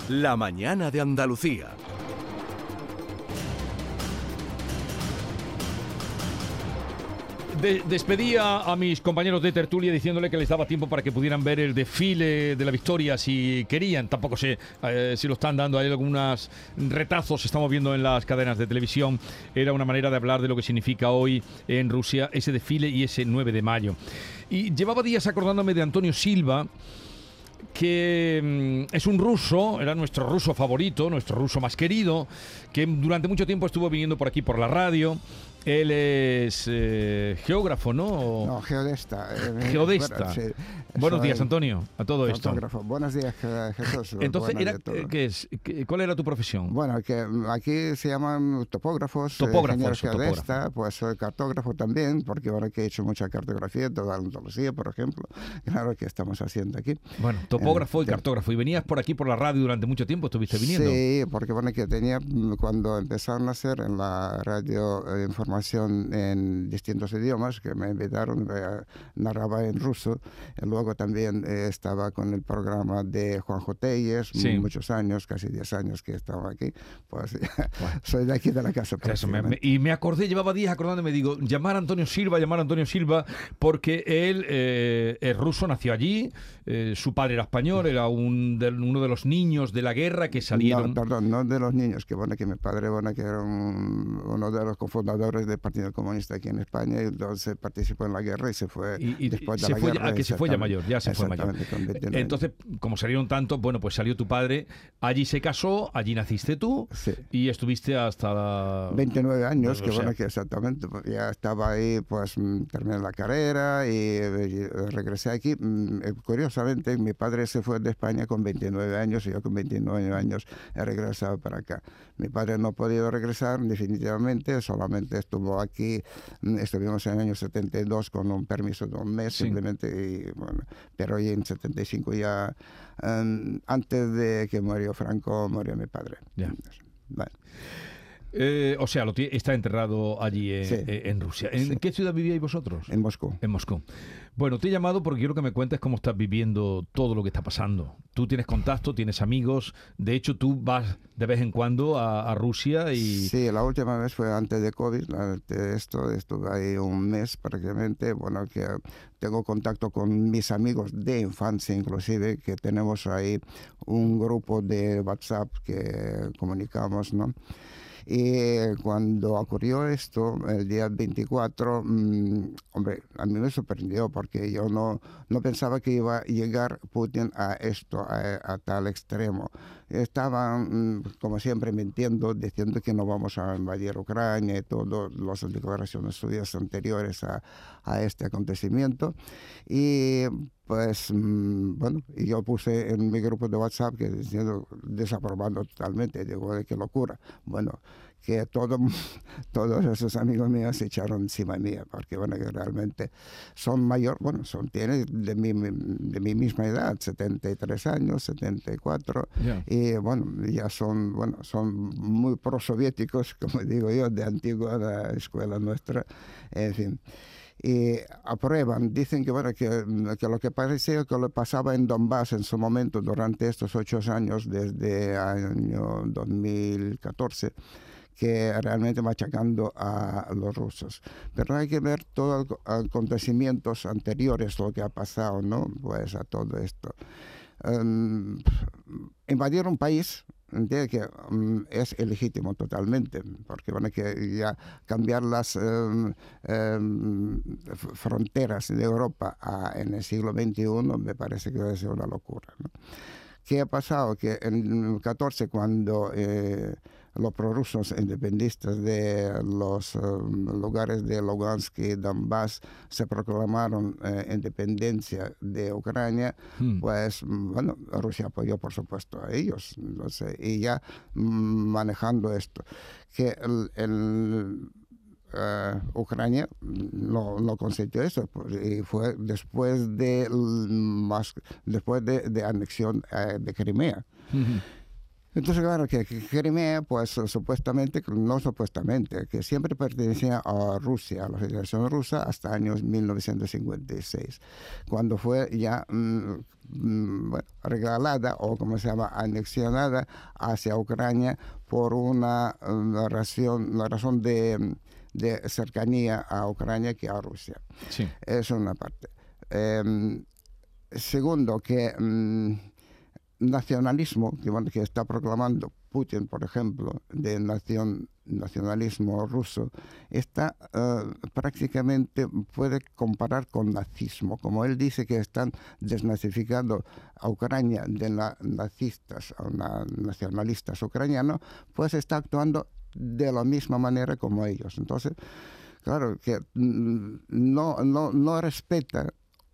La mañana de Andalucía. Despedía a mis compañeros de tertulia diciéndole que les daba tiempo para que pudieran ver el desfile de la victoria si querían. Tampoco sé si lo están dando. Hay algunos retazos, estamos viendo en las cadenas de televisión. Era una manera de hablar de lo que significa hoy en Rusia ese desfile y ese 9 de mayo. Y llevaba días acordándome de Antonio Silva, que es un ruso, era nuestro ruso favorito, nuestro ruso más querido, que durante mucho tiempo estuvo viniendo por aquí por la radio. Él es geógrafo, ¿no? No, geodesta. Geodesta. Bueno, sí, Buenos días, soy Antonio, a todo esto. fotógrafo. Buenos días, Jesús. Entonces, Buenos días, ¿cuál era tu profesión? Bueno, que aquí se llaman topógrafos, Topógrafos, geodesta, pues soy cartógrafo también, porque ahora que he hecho mucha cartografía, toda Andalucía, por ejemplo, claro que estamos haciendo aquí. Bueno, topógrafo y cartógrafo. ¿Y venías por aquí por la radio durante mucho tiempo? ¿Estuviste viniendo? Sí, porque bueno, que tenía, cuando empezaron a hacer en la radio información en distintos idiomas, que me invitaron, narraba en ruso, y luego también estaba con el programa de Juanjo Telles, sí, muchos años, casi 10 años que estaba aquí, pues bueno, soy de aquí de la casa. Y me acordé, llevaba días acordándome, digo, llamar a Antonio Silva, porque él es ruso, nació allí, su padre era español, era uno de los niños de la guerra que salieron... No, perdón, no de los niños, que bueno, que mi padre, bueno, que era uno de los cofundadores del Partido Comunista aquí en España, y entonces participó en la guerra y se fue después de la guerra. Que se fue ya mayor, ya se fue mayor. Entonces, como salieron tantos, bueno, pues salió tu padre, allí se casó, allí naciste tú, sí, y estuviste hasta... 29 años, que bueno, que exactamente, pues ya estaba ahí, pues terminé la carrera y regresé aquí. Curiosamente, mi padre se fue de España con 29 años y yo con 29 años he regresado para acá. Mi padre no ha podido regresar definitivamente, solamente estuvo aquí, estuvimos en el año 72 con un permiso de un mes, sí, simplemente, y, bueno, pero ya en 75 ya, antes de que murió Franco, murió mi padre. Yeah. Vale. O sea, está enterrado allí Sí, en Rusia. ¿En sí. qué ciudad vivíais vosotros? En Moscú. En Moscú. Bueno, te he llamado porque quiero que me cuentes cómo estás viviendo todo lo que está pasando. Tú tienes contacto, tienes amigos. De hecho, tú vas de vez en cuando a Rusia y... Sí, la última vez fue antes de COVID. Estuve ahí un mes prácticamente. Bueno, que tengo contacto con mis amigos de infancia inclusive, que tenemos ahí un grupo de WhatsApp que comunicamos, ¿no? Y cuando ocurrió esto, el día 24, hombre, a mí me sorprendió porque yo no pensaba que iba a llegar Putin a esto, a tal extremo. Estaban, como siempre, mintiendo, diciendo que no vamos a invadir Ucrania y todas las declaraciones suyas anteriores a este acontecimiento. Y pues, bueno, y yo puse en mi grupo de WhatsApp que diciendo, desaprobando totalmente, digo, qué locura. Bueno, que todos esos amigos míos se echaron encima mía, porque bueno, que realmente son mayor, bueno, tienen de mi misma edad, 73 años, 74, yeah. Y bueno, ya son muy prosoviéticos, como digo yo, de antigua la escuela nuestra, en fin. Y aprueban, dicen que bueno, que lo que parecía que lo pasaba en Donbass en su momento durante estos 8 años, desde el año 2014, que realmente machacando a los rusos. Pero hay que ver todos los acontecimientos anteriores, lo que ha pasado, ¿no? Pues a todo esto. Invadir un país, entiende que es ilegítimo totalmente, porque van a que ya cambiar las fronteras de Europa en el siglo XXI me parece que debe ser una locura, ¿no? ¿Qué ha pasado? Que en el 14, cuando los prorrusos independistas de los lugares de Lugansk y Donbass se proclamaron independencia de Ucrania, pues bueno, Rusia apoyó por supuesto a ellos, no sé, y ya manejando esto, que Ucrania no consiguió eso, y fue después de anexión de Crimea. Entonces, claro, que Crimea, pues no supuestamente, que siempre pertenecía a Rusia, a la Federación Rusa, hasta años 1956, cuando fue ya, bueno, regalada o como se llama anexionada hacia Ucrania por una razón de cercanía a Ucrania que a Rusia. Sí. Es una parte. Segundo, que nacionalismo que está proclamando Putin, por ejemplo, de nacionalismo ruso, está prácticamente puede comparar con nazismo. Como él dice que están desnazificando a Ucrania de nazistas o nacionalistas ucranianos, pues está actuando de la misma manera como ellos. Entonces, claro, que no respeta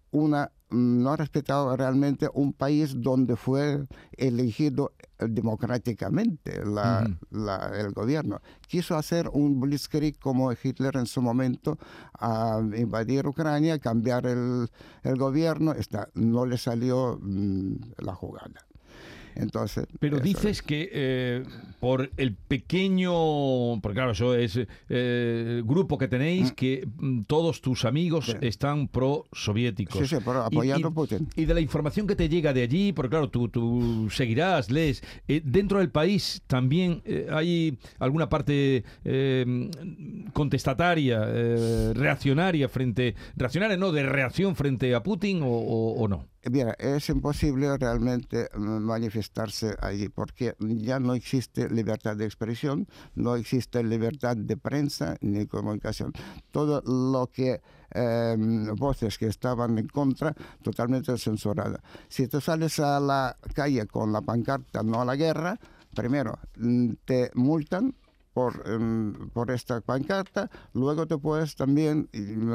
no ha respetado realmente un país donde fue elegido democráticamente el gobierno. Quiso hacer un blitzkrieg como Hitler en su momento, a invadir Ucrania, cambiar el gobierno. No le salió la jugada. Entonces, pero dices que por el pequeño, porque claro, eso es grupo que tenéis, que todos tus amigos están pro-soviéticos. Sí, pero apoyando a Putin. Y de la información que te llega de allí, porque claro, tú seguirás, lees, dentro del país también hay alguna parte contestataria, reaccionaria de reacción frente a Putin o no. Mira, es imposible realmente manifestarse allí porque ya no existe libertad de expresión, no existe libertad de prensa ni comunicación. Todo lo que voces que estaban en contra, totalmente censurada. Si tú sales a la calle con la pancarta "No a la guerra", primero te multan por esta pancarta, luego te puedes también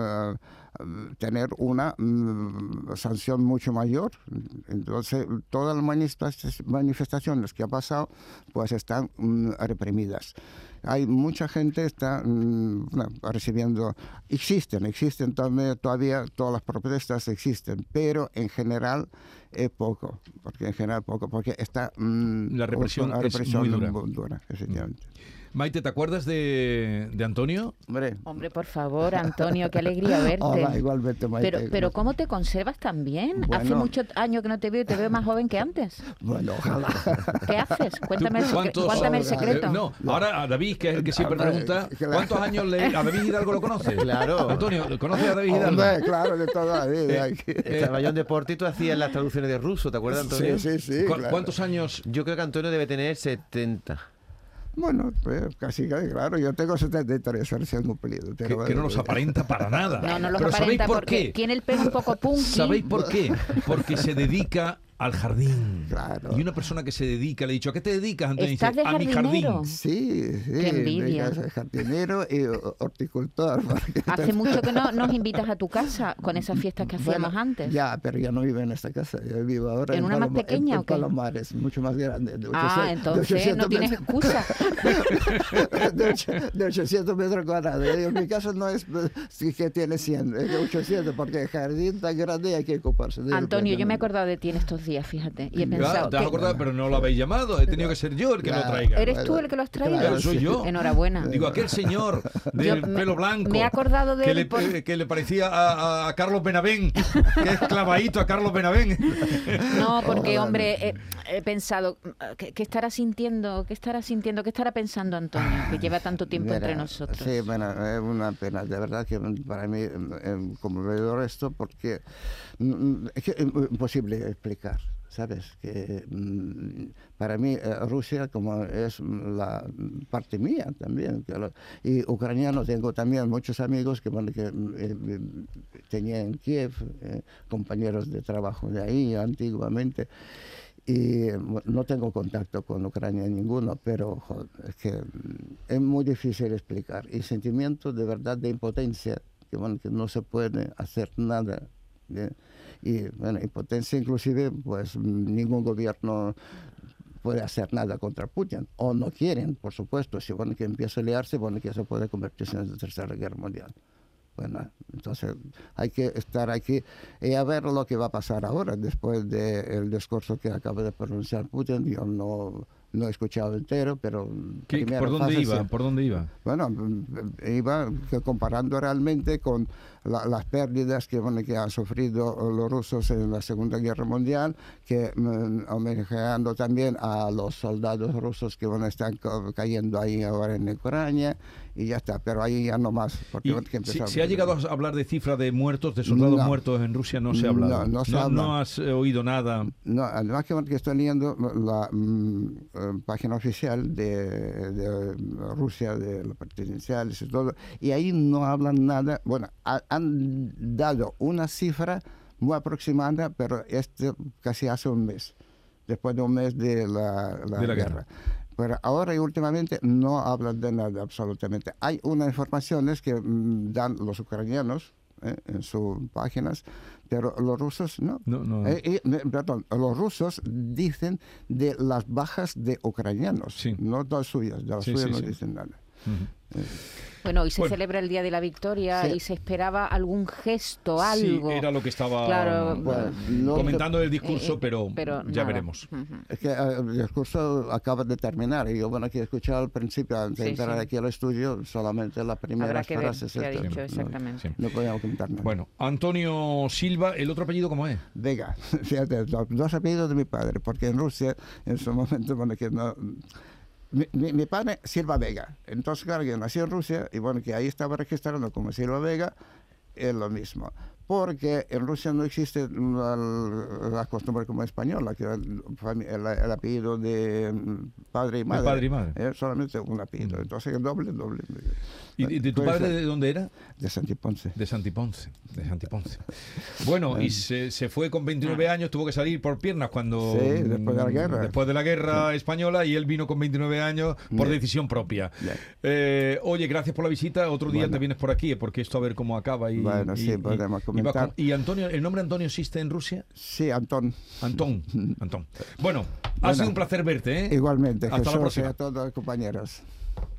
tener una sanción mucho mayor. Entonces, todas las manifestaciones que ha pasado, pues están reprimidas. Hay mucha gente está recibiendo, existen también todavía, todas las protestas existen, pero en general es poco, porque está la represión es muy dura, efectivamente. Maite, ¿te acuerdas de Antonio? Hombre, por favor, Antonio, qué alegría verte. Hola, igualmente, Maite. Pero ¿cómo te conservas tan bien? Bueno. Hace muchos años que no te veo y te veo más joven que antes. Bueno, ojalá. ¿Qué haces? Cuéntame el secreto. No, ahora a David, que es el que siempre pregunta, ¿cuántos años a David Hidalgo lo conoces? Claro. Antonio, ¿conoces a David Hidalgo? Hombre, claro, de toda la vida. Estaba yo en deporte y tú hacías las traducciones de ruso, ¿te acuerdas, Antonio? Sí. Claro. ¿Cuántos años? Yo creo que Antonio debe tener 70. Bueno, pues casi, claro, yo tengo 73 recién cumplido. Que no los aparenta para nada. No los pero aparenta ¿sabéis por porque qué? tiene el pelo un poco punky. ¿Sabéis por qué? Porque se dedica al jardín. Claro. Y una persona que se dedica, le he dicho, ¿a qué te dedicas? Antonio? ¿Estás Dice, de a mi jardinero? jardín. Sí. Qué envidia. Jardinero y horticultor. Hace mucho que no nos invitas a tu casa con esas fiestas que hacíamos antes. Ya, pero ya no vivo en esta casa. Yo vivo ahora ¿En una más pequeña en o qué? Palomares, mucho más grande. Entonces no tienes excusa. de 800 metros cuadrados. En mi caso no es que tiene 100, es de 800, porque el jardín tan grande y hay que ocuparse de él. Antonio, yo me he acordado de ti en estos días, fíjate, y he Claro, pensado te has que acordado, pero no lo habéis llamado. He tenido que ser yo el que lo traiga. ¿eres tú el que lo has traído? Claro, soy yo. Enhorabuena. Digo, aquel señor del pelo blanco. Me he acordado de él que le parecía a Carlos Benavent, que es clavadito a Carlos Benavent. No, porque, hombre, he pensado, ¿qué estará sintiendo? ¿Qué estará pensando Antonio, que lleva tanto tiempo entre nosotros? Sí, bueno, es una pena, de verdad que para mí, como veo esto, porque es imposible explicar. ¿Sabes? Que para mí Rusia como es la parte mía también. Y ucraniano tengo también muchos amigos que tenía en Kiev, compañeros de trabajo de ahí antiguamente. Y no tengo contacto con Ucrania ninguno, pero es que es muy difícil explicar. Y sentimiento de verdad de impotencia, que no se puede hacer nada. Y bueno, impotencia inclusive, pues ningún gobierno puede hacer nada contra Putin, o no quieren, por supuesto. Si que empieza a liarse, que eso puede convertirse en la Tercera Guerra Mundial. Bueno, entonces hay que estar aquí y a ver lo que va a pasar ahora, después del discurso que acaba de pronunciar Putin. Yo no he escuchado entero, pero... ¿Por dónde iba? ¿Por dónde iba? Bueno, iba comparando realmente con las pérdidas que han sufrido los rusos en la Segunda Guerra Mundial, que homenajeando también a los soldados rusos que están cayendo ahí ahora en Ucrania, y ya está, pero ahí ya no más. Porque ¿Se ha llegado a hablar de cifra de muertos, de soldados muertos en Rusia? No se ha hablado. No se habla. ¿No has oído nada? No, además que estoy leyendo la página oficial de Rusia, de los presidenciales y todo, y ahí no hablan nada. Bueno, han dado una cifra muy aproximada, pero casi hace un mes, después de un mes de la guerra. Pero ahora y últimamente no hablan de nada absolutamente. Hay unas informaciones que dan los ucranianos en sus páginas, pero los rusos no. Perdón, los rusos dicen de las bajas de ucranianos, no de las suyas. De las suyas no dicen nada. Bueno, hoy se celebra el Día de la Victoria y se esperaba algún gesto, algo. Sí, era lo que estaba comentando el discurso, pero ya veremos. Es que el discurso acaba de terminar y yo, que he escuchado al principio, antes de entrar aquí al estudio, solamente las primeras frases. Exactamente. No podíamos comentar nada. Bueno, Antonio Silva, ¿el otro apellido cómo es? Vega. Fíjate, los dos apellidos de mi padre, porque en Rusia, en su momento, que no... Mi padre, Silva Vega. Entonces, claro, que nació en Rusia y que ahí estaba registrado como Silva Vega, es lo mismo. Porque en Rusia no existe la costumbre como española, que el apellido de padre y madre. De padre y madre. Solamente un apellido. Entonces, el doble. ¿Y de tu padre de dónde era? De Santiponce. De Santiponce. Bueno, y se fue con 29 años, tuvo que salir por piernas cuando... Sí, después de la guerra. Después de la guerra española, y él vino con 29 años por decisión propia. Oye, gracias por la visita. Otro día te vienes por aquí, porque esto a ver cómo acaba. Sí, podemos comentar. ¿Y Antonio, el nombre Antonio existe en Rusia? Sí, Antón. Bueno, ha sido un placer verte. Igualmente. Hasta la próxima. Y a todos los compañeros.